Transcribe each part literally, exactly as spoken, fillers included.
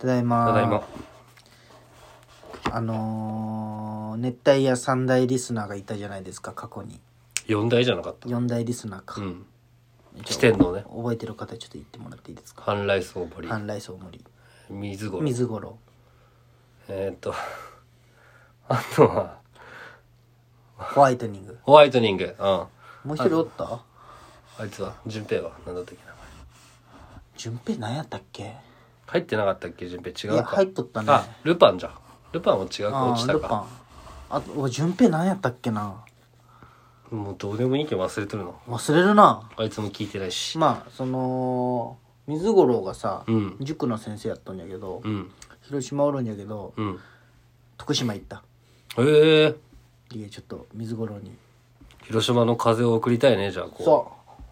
ただいま。 ただいま。 あのー、熱帯夜三大リスナーがいたじゃないですか、過去に。 よんだいじゃなかった。 よん大リスナーか。 うん。四天王ね。 覚えてる方ちょっと言ってもらっていいですか。 半来総堀。 半来総森。 水五郎。 水五郎。 えー、っと、あとは、 ホワイトニング。 ホワイトニング。うん。 もう一人おった？ あいつは順平は何だったっけな。 順平何やったっけ？ 入ってなかったっけ順平違うか。 いや入っとったね。 あ、ルパンじゃん。ルパンも違うか落ちたか。 ルパン。あと順平何やったっけな。 もうどうでもいいけど忘れてるの。 忘れるな。 あいつも聞いてないし。 まあその水五郎がさ、 うん、 塾の先生やったんやけど、 うん、 広島おるんやけど、 うん、 徳島行った。 へえ。 いやちょっと水五郎に広島の風を送りたいねじゃあこう。 そう。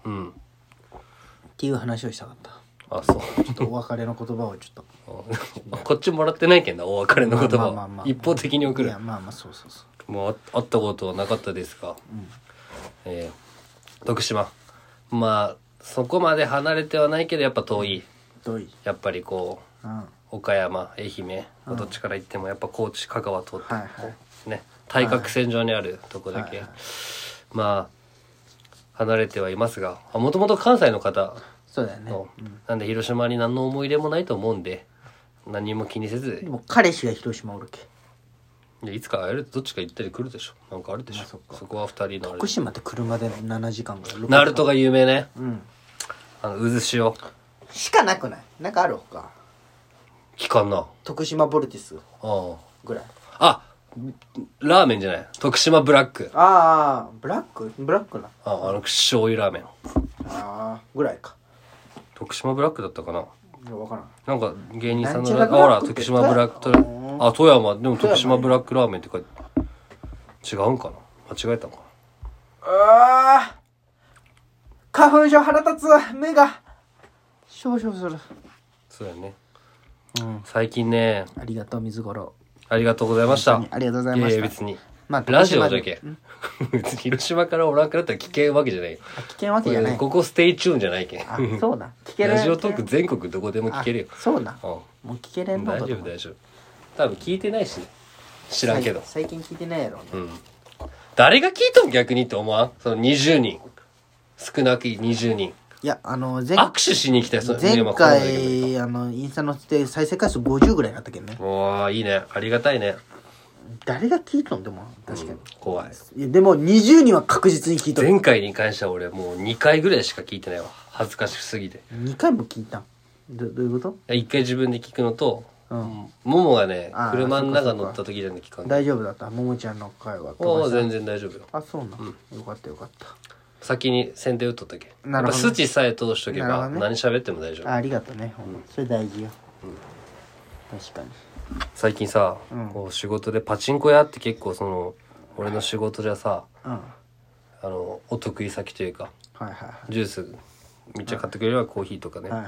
うん。 っていう話をしたかった。 あ、そう。 ちょっとお別れの言葉をちょっとこっちもらってないけんな、お別れの言葉、 まあまあまあまあ、 一方的に送る。 いやまあまあそうそうそう。 もう会ったことはなかったですが、 うん、 えー、徳島まあそこまで離れてはないけどやっぱ遠い。 遠い。 やっぱりこう、うん、岡山愛媛、うん、どっちから行ってもやっぱ高知香川通って、はいはい、ね対角線上にあるとこだけ、はいはい、まあ離れてはいますが、もともと関西の方。 そうだよね、 うん、なんで広島に何の思い入れもないと思うんで何も気にせず。 でも彼氏が広島おるけ。 いやいつか会えるとどっちか行ったり来るでしょ。なんかあるでしょ、まあ、そ, そこはふたりの。 徳島って車でななじかんぐらい。 ナルトが有名ね。 うん。 あの渦潮しかなくない？なんかあるほか。 聞かんな。 徳島ボルティスああぐらい。 あラーメンじゃない、徳島ブラック。 ああブラックブラックな。 あああの醤油ラーメン。 ああぐらいか。 徳島ブラックだったかな。 いや分からん。 なんか芸人さんのあほら徳島ブラックとあ富山でも徳島ブラックラーメンって書いて違うんかな、間違えたのかな。 ああ花粉症腹立つ。目がしょぼしょぼする。 そうやね、 うん、 最近ね。 ありがとう水五郎。 ありがとうございました。 ありがとうございました。いやいや別に、 まあ、 ラジオじゃけ別に広島からおらんくなったら聞けんわけじゃないよ。 聞けんわけじゃない。 ここステイチューンじゃないけん。 あそうだ聞ける。 ラジオトーク全国どこでも聞けるよ。 そうだ、 うん、 もう聞けれんの。 大丈夫大丈夫。多分聞いてないしね、知らんけど。 最近聞いてないやろね、 うん、誰が聞いとん逆にって思わん。そのにじゅうにん少なくにじゅうにん。 いやあの前握手しに来たよ。 前回あのインスタのって再生回数ごじゅうぐらいになったけどね。 おーいいね、ありがたいね。 誰が聞いとんでも確かに、うん、 怖い。 いやでもにじゅうにんは確実に聞いとる。 前回に関しては俺もうにかいぐらいしか聞いてないわ、恥ずかしすぎて。 にかいも聞いたん？ ど, どういうこと？ いっかい自分で聞くのと、うん、ももがね車の中乗った時じゃな聞かん。 大丈夫だった？ももちゃんの会話とか全然大丈夫よ。 あそうな、うん、よかったよかった。 先に先手打っとったけ。 なるほど、ね、 やっぱ筋さえ通しとけば、ね、何喋っても大丈夫。 あ, ありがとうね、うん、それ大事よ、うん、確かに。 最近さ、うん、こう仕事でパチンコ屋って結構その俺の仕事じゃさ、うん、あのお得意先というか、はいはいはい、ジュースめっちゃ買ってくれればコーヒーとかね、はいはい、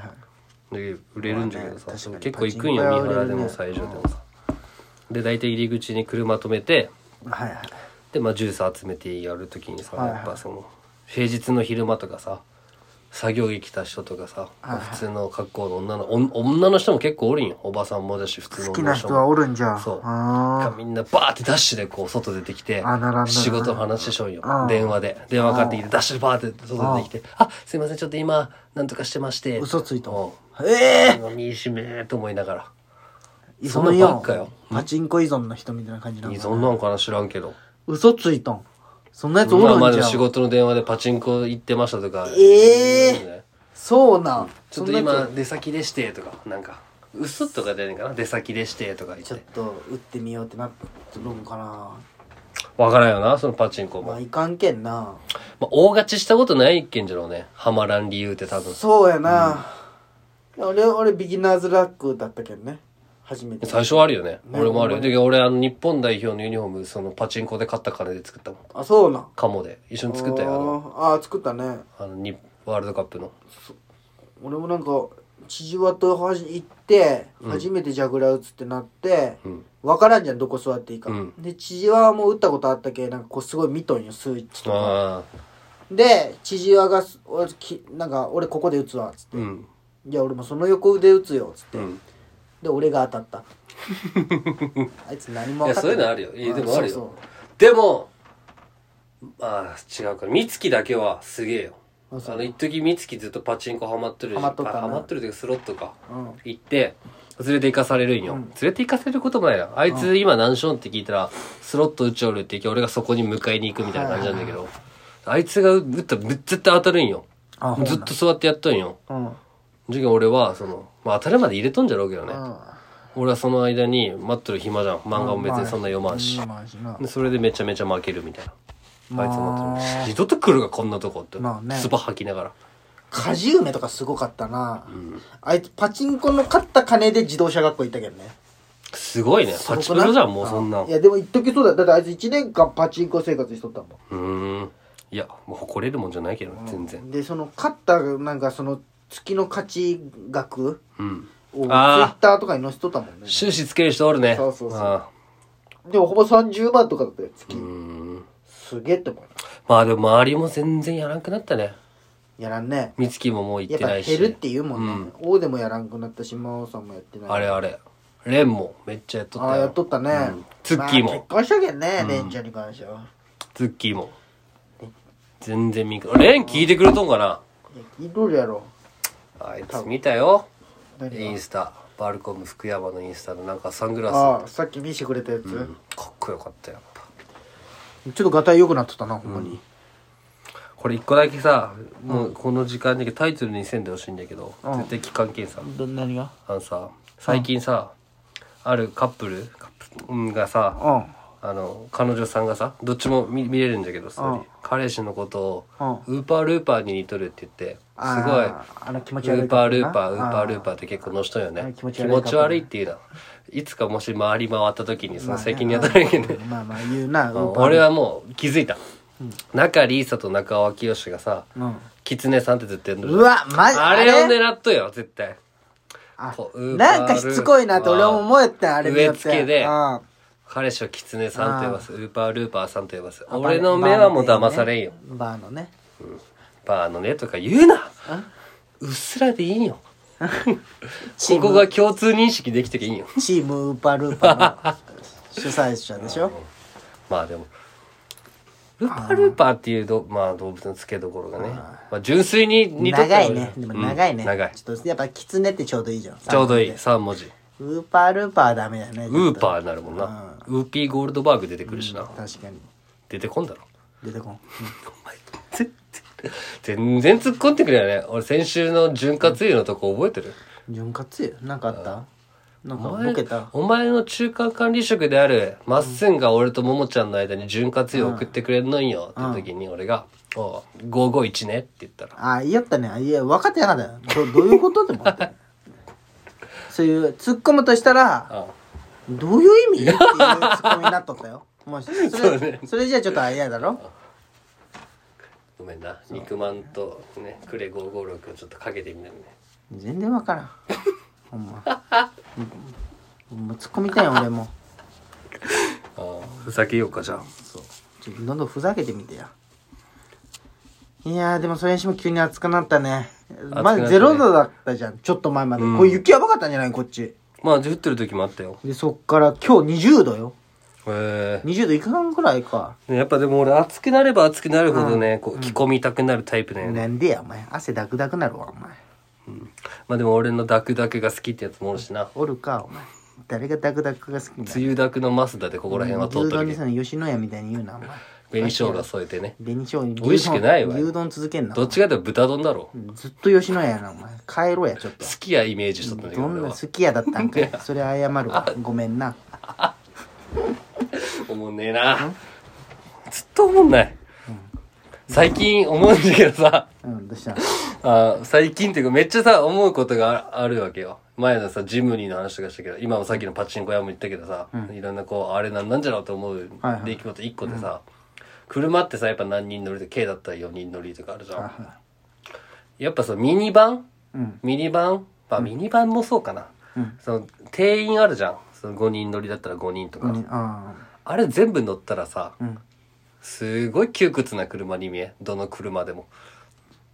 で売れるんじゃけどさ、まあね、結構行くんよ、三原でも西条でもさ、うん、で大体入り口に車止めて、はいはい、でまあジュース集めてやるときにさ、はいはい、やっぱその平日の昼間とかさ作業着着た人とかさ、はいはい、普通の格好の女の女の人も結構おるんよ。おばさんもだし普通の女の人も好きな人はおるんじゃ。そうあみんなバーってダッシュでこう外出てきて仕事の話しょんよ。電話で電話かかってきてダッシュでバーって外出てきて、あすいませんちょっと今なんとかしてまして。嘘ついた。ええー、見しめーと思いながら。そんなばっかよ。 パチンコ依存の人みたいな感じなのかな。 依存なんかな知らんけど。嘘ついたん。そんなやつおるんじゃん。 まあまあ仕事の電話でパチンコ行ってましたとか。 ええーね、そうなん。 ちょっと今出先でしてとかなんか嘘とかじゃないかな、出先でしてとか言って。 ちょっと打ってみようってなってるのかな。 わからんよなそのパチンコも。 まあいかんけんな。 まあ大勝ちしたことないけんじゃろうね。ハマらん理由って多分。 そうやな。うん、俺俺ビギナーズラックだったけんね。初めて。 最初はあるよね。俺もあるよ。で俺あの日本代表のユニフォームそのパチンコで買った金で作ったもん。 あそうなん。 カモで一緒に作ったよ。 ああ作ったね。 あのにワールドカップの。 俺もなんか千々和と行って初めてジャグラー打つってなって、うん、分からんじゃんどこ座っていいか、うん、で千々和も打ったことあったけなんかこうすごい見とんよ数値とかで千々和がなんか俺ここで打つわっつって、うん、いや俺もその横で打つよっつって、うん、 で俺が当たったあいつ何も分かってない。 いやそういうのあるよ。いやでもあるよ。そうそうでもああ違うから美月だけはすげえよ。あの一時美月ずっとパチンコハマってるし、ハマっとったな。ハマってるというかスロットか、うん、行って連れて行かされるんよ、うん、連れて行かせることもないな。あいつ今何しょんって聞いたらスロット打ちおるって言って俺がそこに迎えに行くみたいな感じなんだけど、はいはいはい、あいつが打ったら絶対当たるんよ。ずっと座ってやっとんよ。うん。授業俺はそのまあ当たるまで入れとんじゃろうけどね、うん、俺はその間に待っとる暇じゃん。漫画も別にそんな読まんし、でそれでめちゃめちゃ負けるみたいな、まあ、あいつ待ってる。二度と来るがこんなとこって、まあね、唾吐きながら。 カジ梅とかすごかったな、うん、あいつパチンコの勝った金で自動車学校行ったけどね。 すごいね。パチプロじゃんもうそんな。 いやでも一時そうだよ。だってあいついちねんかんパチンコ生活しとったもん。うん。いやもう誇れるもんじゃないけど、うん、全然。 でその勝ったなんかその月の勝ち額をツイッターとかに載せとったもんね。 収支つける人おるね。 そうそうそう。ああでもほぼさんじゅうまんとかだったよ月。うん。すげえって思う。 まあでも周りも全然やらんくなったね。 やらんね。 美月ももう行ってないし。 やっぱ減るって言うもんね。うん、大でもやらんくなったし、真央さんもやってない。 あれあれ。レンもめっちゃやっとったよ。 ああやっとったね。うん、 ツッキーも。まあ、 結婚したけんね、レンちゃんに関しては。 ツッキーも。全然見んか。レン聞いてくれとんかな。 いや聞いとるやろ。 あいつ見たよ。インスタ。バルコム福山のインスタのなんかサングラス。 ああさっき見せてくれたやつ、うん、 かっこよかったよ。 ちょっとガタイ良くなっとったな、ほんまに。うん、 これ一個だけさ、もうこの時間にタイトルにせんでほしいんだけど、うん、絶対期間検査。 何が？ あのさ、最近さ、うん、あるカップル、カップルがさ、うん、あの、彼女さんがさ、どっちも 見, 見れるんだけど、ストーリー、うん、彼氏のことを、ウーパールーパーに似とるって言って、すごい、 あの気持ち悪いウーパールーパー、ウーパールーパーって結構の人よね。気持ち悪い。気持ち悪いっていうの。いつかもし回り回った時にその責任当たらなきゃいけない。 まあまあ言うな、 俺はもう気づいた。うん、中リーサと中尾明義がさ、うん、キツネさんってずっとやるの。 うわ、マジあれを狙っとよ、絶対。 あ、なんかしつこいなって俺は思えてん、あれ植え付けで、彼氏はキツネさんと呼ばす、ウーパールーパーさんと呼ばす。俺の目はもう騙されんよ。 バーのね。 うん、バーのねとか言うな。うっすらでいいよ。ここが共通認識できてけいいよ。 チームウーパールーパーの主催者でしょ。 まあでもウーパールーパーっていうど、まあ、動物の付けどころがね、まあ、純粋に似とった長いね。でも長いね、 うん、長い。 ちょっとやっぱキツネってちょうどいいじゃん。 ちょうどいいさんもじ。 ウーパールーパーはダメだね。 ウーパーになるもんな、うん、ウーピーゴールドバーグ出てくるしな、うん、 確かに出てこんだろ。 出てこん、うん、 全然突っ込んでくれよね。俺先週の潤滑油のとこ覚えてる？ 潤滑油なんかあった？なんかボケた？ お前の中間管理職であるまっすんが俺とももちゃんの間に潤滑油送ってくれんのんよって時に俺が「おうごーごーいちね」って言ったら、 ああ言ったね。いや分かってなかったよ。ど, どういうことって思ってそういう突っ込むとしたらああどういう意味っていうツッコミになっとったよ。もうそれそ う、ね、それじゃちょっと嫌だろ。 ごめんな、肉まんとねクレごーごーろくをちょっとかけてみたいね。 全然分からんほんまもう突っ込みたいよ俺も。 ああふざけようか。じゃあそうちょどんどんふざけてみてや。いやーでもそれにしても急に暑くなったね。まだゼロどだったじゃんちょっと前まで、うん、これ雪やばかったんじゃないこっち。 まあ降ってる時もあったよ。 でそっから今日にじゅうどよ。 へえ。 にじゅうどいかんくらいか。 やっぱでも俺暑くなれば暑くなるほどね、うん、こう着込みたくなるタイプだよね、 うん、なんでやお前汗ダクダクなるわお前、 うん、まあでも俺のダクダクが好きってやつもおるしな。 おるかお前。誰がダクダクが好きんだ。 梅雨ダクのマスダでここら辺は通っとるけど、 牛丼に吉野家みたいに言うなお前。 紅生姜添えてね。 紅生姜美味しくないわ。 牛丼続けんな。 どっちかというと豚丼だろ。 ずっと吉野家やなお前。帰ろうやちょっと。 好きやイメージしとったんだけど。 どんな好きやだったんかい。それ謝るわ。ごめんな。 おもんねえな。ずっと思んない。うん、最近思うんだけどさ。 うん、どうしたあ最近っていうかめっちゃさ思うことがあるわけよ。前のさジムニーの話とかしたけど、今もさっきのパチンコ屋も言ったけどさ、うん、いろんなこうあれなんなんじゃろうと思う出来事いっこでさ、はいはい、車ってさやっぱ何人乗りで K だったらよにん乗りとかあるじゃん、はいはい、やっぱさミニバン、うん、ミニバンまあミニバンもそうかな、うん、その定員あるじゃん。そのごにん乗りだったらごにんとか、うん、あ, あれ全部乗ったらさ、うん、すごい窮屈な車に見えどの車でも。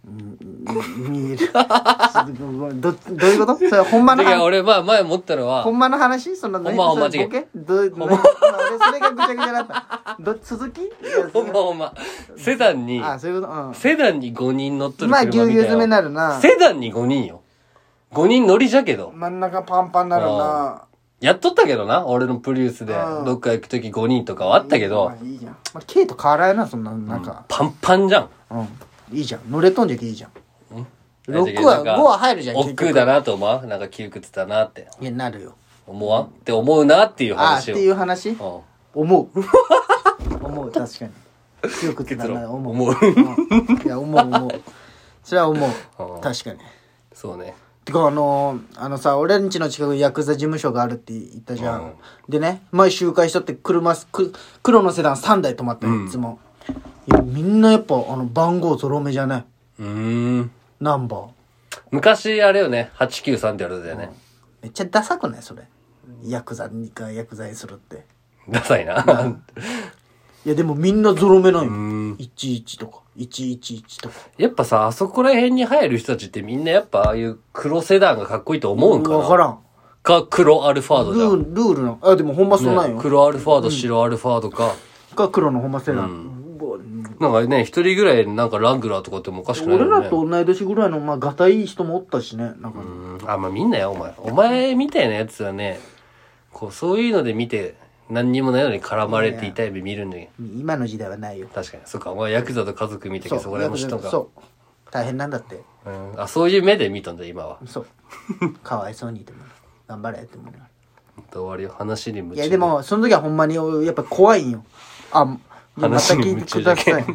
見えるど, どういうことそれほんまの話。 俺まあ前思ったのはほんまの話そんなほんまほんま違うどほんま俺それがぐちゃぐちゃだったど続きほんまほんまセダンにあそういうこと、うん、 セダンにごにん乗っとる車みたいな。 まあぎゅうぎゅう詰めになるな。 セダンにごにんよ。ごにん乗りじゃけど。 真ん中パンパンになるな。 やっとったけどな、俺のプリウスでどっか行くときごにんとかはあったけど。 いいじゃん。まあ、K と変わらないな、そんな、なんか、 うん。パンパンじゃん。 うん。いいじゃん。乗れとんじゃけいいじゃん。 うん。 ろくは、ごは入るじゃん。 億劫だなと思わんなんか窮屈だなって。 いや、なるよ。 思わんって思うなっていう話を。 あっていう話、 うん、 思う。思う、確かに。窮屈だな、思う。 思う。 いや、思う、思う。それは思う。確かに。 そうね。 てかあのー、あのさ俺んちの近くにヤクザ事務所があるって言ったじゃん、うん、でね前集会しとって車く黒のセダンさんだい止まったよ、うん、いつもいやみんなやっぱあの番号ゾロ目じゃねうーんナンバー昔あれよねはちきゅうさんってやるんだよね、うん、 めっちゃダサくないそれヤクザにかヤクザにするってダサいな、 うん、いやでもみんなゾロ目なんよいちいちとかいちいちいちとかやっぱさあそこら辺に入る人たちってみんなやっぱああいう黒セダンがかっこいいと思うんかな。 分からんか黒アルファードじゃん。 ルールルールのあでもほんまそうなんよ、 ね、黒アルファード、うん、白アルファードかか黒のほんまセダン、 うん、なんかね一人ぐらいなんかラングラーとかってもおかしくないよね。 俺らと同い年ぐらいのまあガタいい人もおったしねなんかうんあまあみんなよお前お前みたいなやつはねこうそういうので見て何にもないのに絡まれて痛い目見るんで今の時代はないよ。 確かにそっかお前ヤクザと家族見てけどそこら辺も知っとんか。 そう大変なんだって、 うん、あそういう目で見とんだ今は。 そうかわいそうにって思う頑張れって思う終わりよ話に夢中。 いやでもその時はほんまにやっぱ怖いんよ。あまた聞いてくださいほんまに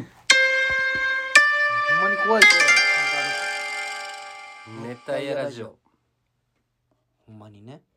怖いと熱帯夜ラジオほんまにね。